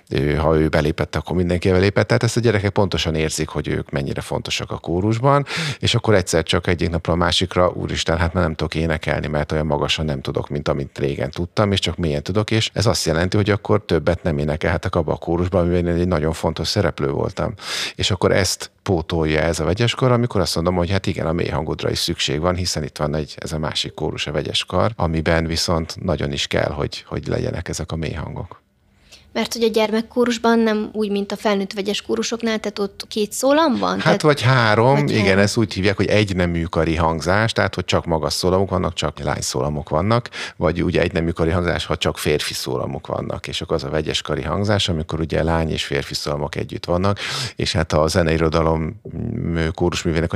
S3: ha ő belépett, akkor mindenki belépett. Tehát ezt a gyerekek pontosan érzik, hogy ők mennyire fontosak a kórusban, és akkor egyszer csak egyik napra a másikra, úristen, hát már nem tudok énekelni, mert olyan magasan nem tudok, mint amit régen tudtam, és csak mélyen tudok, és ez azt jelenti, hogy akkor többet nem énekelhetek abba a kórusban, amiben én egy nagyon fontos szereplő voltam. És akkor ezt pótolja ez a vegyeskar, amikor azt mondom, hogy hát igen, a mély hangodra is szükség van, hiszen itt van ez a másik kórus, a vegyeskar, amiben viszont nagyon is kell, hogy legyenek ezek a mély hangok.
S1: Mert hogy a gyermekkórusban nem úgy, mint a felnőtt vegyes kórusoknál, tehát ott 2 szólam van?
S3: Hát
S1: tehát,
S3: vagy 3,
S1: vagy
S3: igen,
S1: 3.
S3: ezt úgy hívják, hogy egynemű kari hangzás, tehát hogy csak magas szólamok vannak, csak lányszólamok vannak, vagy ugye egynemű kari hangzás, ha csak férfi szólamok vannak, és akkor az a vegyes kari hangzás, amikor ugye lány és férfi szólamok együtt vannak, és hát a zeneirodalom kórusművének a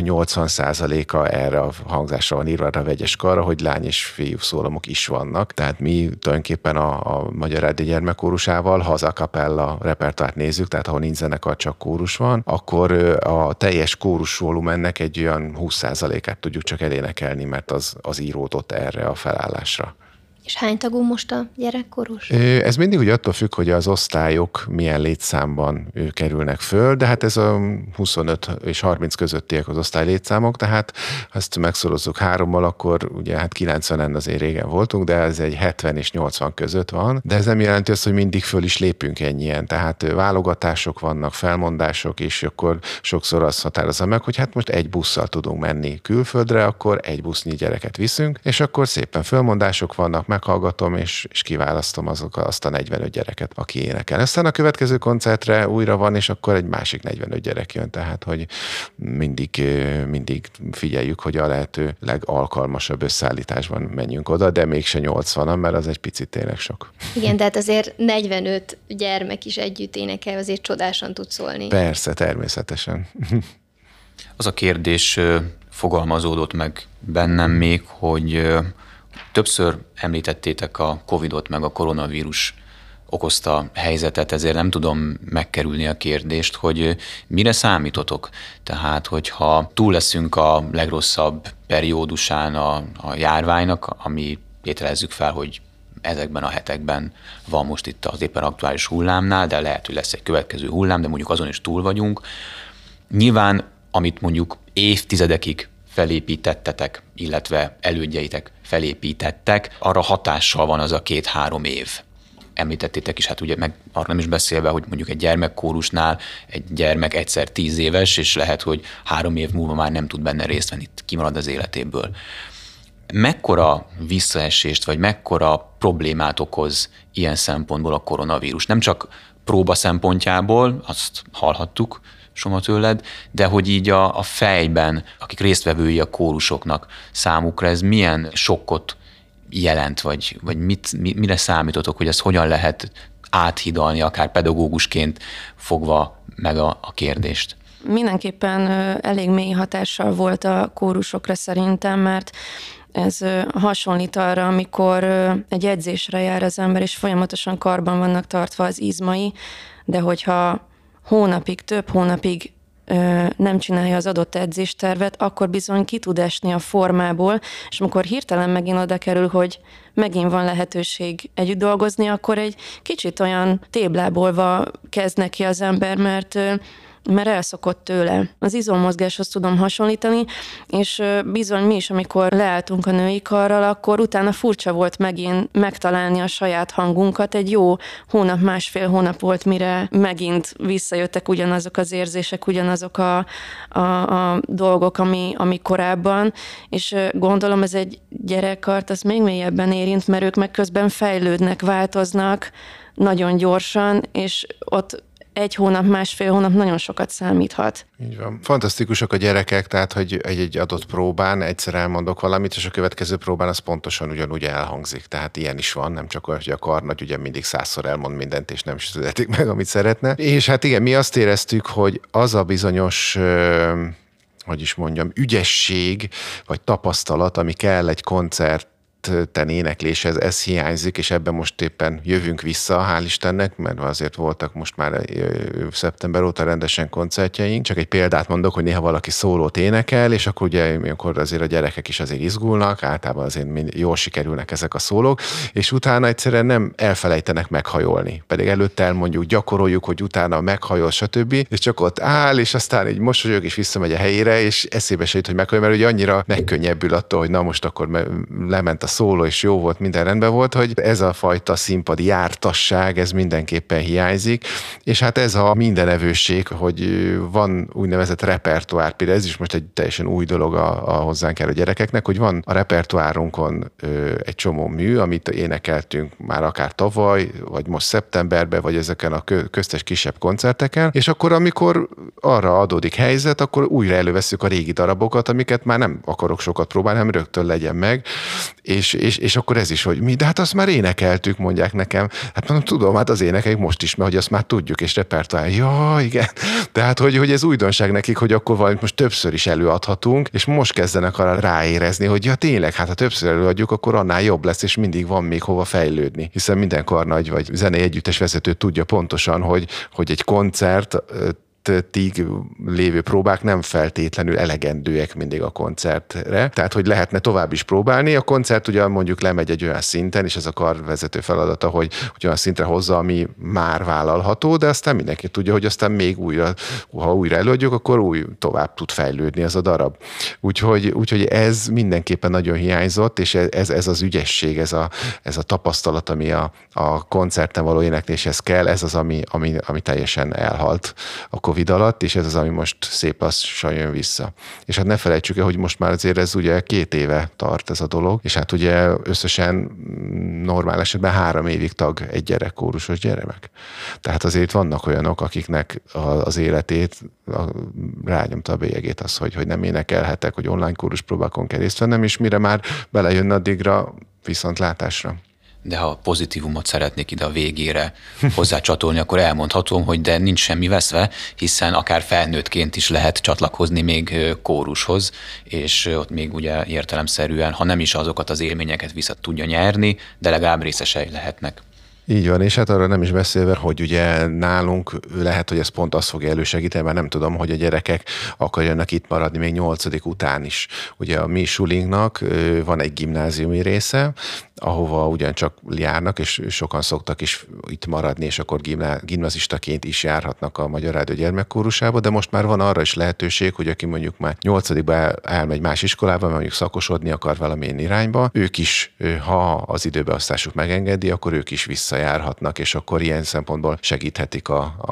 S3: 80%-a erre a hangzásra van írva, a vegyes karra, hogy lány és fiú szólamok is vannak. Tehát mi tulajdonképpen a Magyar Rádió gyermekkórusával, ha az a cappella repertoárt nézzük, tehát ahol nincs zenekar, csak kórus van, akkor a teljes kórus volumennek egy olyan 20%-át tudjuk csak elénekelni, mert az íródott erre a felállásra.
S1: És hány tagú most a gyerekkórus?
S3: Ez mindig úgy attól függ, hogy az osztályok milyen létszámban kerülnek föl, de hát ez a 25 és 30 közöttiek az osztály létszámok, tehát ha ezt megszorozzuk 3-mal, akkor ugye hát 90-en azért régen voltunk, de ez egy 70 és 80 között van, de ez nem jelenti azt, hogy mindig föl is lépünk ennyien, tehát válogatások vannak, felmondások, és akkor sokszor azt határozza meg, hogy hát most egy busszal tudunk menni külföldre, akkor egy busznyi gyereket viszünk, és akkor szépen felmondások vannak, meghallgatom, és kiválasztom azt a 45 gyereket, aki énekel. Aztán a következő koncertre újra van, és akkor egy másik 45 gyerek jön, tehát hogy mindig figyeljük, hogy a lehető legalkalmasabb összeállításban menjünk oda, de mégse 80-an, mert az egy picit tényleg sok.
S1: Igen, tehát azért 45 gyermek is együtt énekel, azért csodásan tud szólni.
S3: Persze, természetesen.
S2: Az a kérdés fogalmazódott meg bennem még, hogy többször említettétek a Covid-ot, meg a koronavírus okozta helyzetet, ezért nem tudom megkerülni a kérdést, hogy mire számítotok? Tehát, hogyha túl leszünk a legrosszabb periódusán a járványnak, ami tételezzük fel, hogy ezekben a hetekben van most itt az éppen aktuális hullámnál, de lehet, hogy lesz egy következő hullám, de mondjuk azon is túl vagyunk. Nyilván, amit mondjuk évtizedekig felépítettetek, illetve elődjeitek felépítettek, arra hatással van az a 2-3 év. Említettétek is, hát ugye meg arra nem is beszélve, hogy mondjuk egy gyermekkórusnál egy gyermek egyszer 10 éves, és lehet, hogy 3 év múlva már nem tud benne részt venni, kimarad az életéből. Mekkora visszaesést, vagy mekkora problémát okoz ilyen szempontból a koronavírus? Nem csak próba szempontjából, azt hallhattuk, Soma tőled, de hogy így a fejben, akik résztvevői a kórusoknak, számukra ez milyen sokkot jelent, vagy mire számítotok, hogy ezt hogyan lehet áthidalni, akár pedagógusként fogva meg a kérdést?
S4: Mindenképpen elég mély hatással volt a kórusokra szerintem, mert ez hasonlít arra, amikor egy edzésre jár az ember, és folyamatosan karban vannak tartva az izmai, de hogyha több hónapig nem csinálja az adott edzéstervet, akkor bizony ki tud esni a formából, és amikor hirtelen megint oda kerül, hogy megint van lehetőség együtt dolgozni, akkor egy kicsit olyan téblábolva kezd neki az ember, mert elszokott tőle. Az izommozgáshoz tudom hasonlítani, és bizony mi is, amikor leálltunk a női karral, akkor utána furcsa volt megint megtalálni a saját hangunkat. Egy jó másfél hónap volt, mire megint visszajöttek ugyanazok az érzések, ugyanazok a dolgok, ami korábban, és gondolom ez egy gyerekkart, az még mélyebben érint, mert ők meg közben fejlődnek, változnak nagyon gyorsan, és ott egy hónap, másfél hónap nagyon sokat számíthat.
S3: Így van. Fantasztikusak a gyerekek, tehát, hogy egy adott próbán egyszer elmondok valamit, és a következő próbán az pontosan ugyanúgy elhangzik. Tehát ilyen is van, nem csak hogy a karnagy ugye mindig 100-szor elmond mindent, és nem születik meg, amit szeretne. És hát igen, mi azt éreztük, hogy az a bizonyos ügyesség, vagy tapasztalat, ami kell egy koncerten énekléshez, ez hiányzik, és ebben most éppen jövünk vissza, hál' Istennek, mert azért voltak most már szeptember óta rendesen koncertjeink. Csak egy példát mondok, hogy néha valaki szólót énekel, és akkor ugye akkor azért a gyerekek is azért izgulnak, általában azért jól sikerülnek ezek a szólók, és utána egyszerűen nem elfelejtenek meghajolni. Pedig előtte elmondjuk, gyakoroljuk, hogy utána meghajol, stb. És csak ott áll, és aztán így mosolyog, és visszamegy a helyére, és eszébe se jut, hogy meghajol, mert ugye annyira megkönnyebbül attól, hogy na most akkor lement a szóló, és jó volt, minden rendben volt, hogy ez a fajta színpadi jártasság, ez mindenképpen hiányzik, és hát ez a mindenevőség, hogy van úgynevezett repertoár, például ez is most egy teljesen új dolog a hozzánk el a gyerekeknek, hogy van a repertoárunkon egy csomó mű, amit énekeltünk már akár tavaly, vagy most szeptemberben, vagy ezeken a köztes kisebb koncerteken, és akkor, amikor arra adódik helyzet, akkor újra elővesszük a régi darabokat, amiket már nem akarok sokat próbálni, hanem rögtön legyen meg, és akkor ez is, hogy mi, de hát azt már énekeltük, mondják nekem. Hát mondom, tudom, hát az énekeik most is, mert hogy azt már tudjuk, és repertoár. Ja, igen. Tehát, hogy ez újdonság nekik, hogy akkor valamit most többször is előadhatunk, és most kezdenek arra ráérezni, hogy ja, tényleg, hát ha többször előadjuk, akkor annál jobb lesz, és mindig van még hova fejlődni. Hiszen minden karnagy vagy zenei együttes vezető tudja pontosan, hogy egy koncert lévő próbák nem feltétlenül elegendőek mindig a koncertre. Tehát, hogy lehetne tovább is próbálni. A koncert ugye mondjuk lemegy egy olyan szinten, és ez a karvezető feladata, hogy olyan szintre hozza, ami már vállalható, de aztán mindenki tudja, hogy aztán még ha újra előadjuk, akkor tovább tud fejlődni ez a darab. Úgyhogy ez mindenképpen nagyon hiányzott, és ez az ügyesség, ez a tapasztalat, ami a koncerten való énekléshez kell, ez az, ami teljesen elhalt a Covid alatt, és ez az, ami most szép lassan jön vissza. És hát ne felejtsük el, hogy most már azért ez ugye 2 éve tart ez a dolog, és hát ugye összesen normál esetben 3 évig tag egy gyerek, kórusos gyermek. Tehát azért vannak olyanok, akiknek az életét rányomta a bélyegét az, hogy nem énekelhetek, hogy online kóruspróbákon kell részt vennem, és mire már belejön addigra viszontlátásra.
S2: De ha pozitívumot szeretnék ide a végére hozzácsatolni, akkor elmondhatom, hogy de nincs semmi veszve, hiszen akár felnőttként is lehet csatlakozni még kórushoz, és ott még ugye értelemszerűen, ha nem is azokat az élményeket vissza tudja nyerni, de legalább részesei lehetnek.
S3: Így van, és hát arra nem is beszélve, hogy ugye nálunk lehet, hogy ez pont azt fogja elősegíteni, mert nem tudom, hogy a gyerekek akarjanak itt maradni még 8. után is. Ugye a mi sulinknak van egy gimnáziumi része, ahova ugyancsak járnak, és sokan szoktak is itt maradni, és akkor gimnazistaként is járhatnak a Magyar Rádió gyermekkórusába, de most már van arra is lehetőség, hogy aki mondjuk már 8-ba elmegy más iskolába, mondjuk szakosodni akar valamilyen irányba, ők is, ha az időbeosztásuk megengedi, akkor ők is visszajárhatnak, és akkor ilyen szempontból segíthetik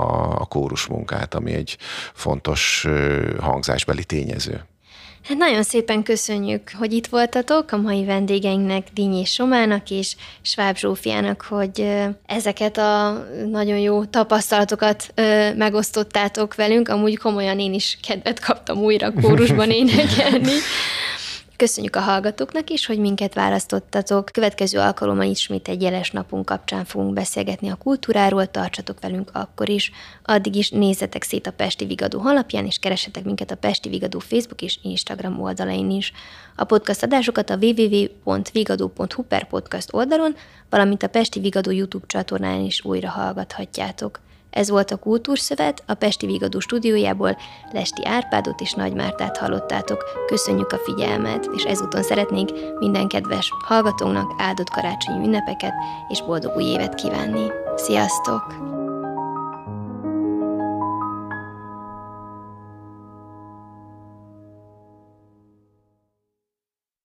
S3: a kórus munkát, ami egy fontos hangzásbeli tényező.
S1: Hát nagyon szépen köszönjük, hogy itt voltatok, a mai vendégeinknek, Dinnyés Somának és Schwab Zsófiának, hogy ezeket a nagyon jó tapasztalatokat megosztottátok velünk. Amúgy komolyan én is kedvet kaptam újra kórusban énekelni. köszönjük a hallgatóknak is, hogy minket választottatok. Következő alkalommal ismét egy jeles napunk kapcsán fogunk beszélgetni a kultúráról, tartsatok velünk akkor is. Addig is nézzetek szét a Pesti Vigadó honlapján, és keressetek minket a Pesti Vigadó Facebook és Instagram oldalain is. A podcast adásokat a www.vigadó.hu/podcast oldalon, valamint a Pesti Vigadó YouTube csatornán is újra hallgathatjátok. Ez volt a Kultúrszövet, a Pesti Vigadó stúdiójából Lesti Árpádot és Nagy Mártát hallottátok. Köszönjük a figyelmet, és ezúton szeretnénk minden kedves hallgatónak áldott karácsonyi ünnepeket és boldog új évet kívánni. Sziasztok!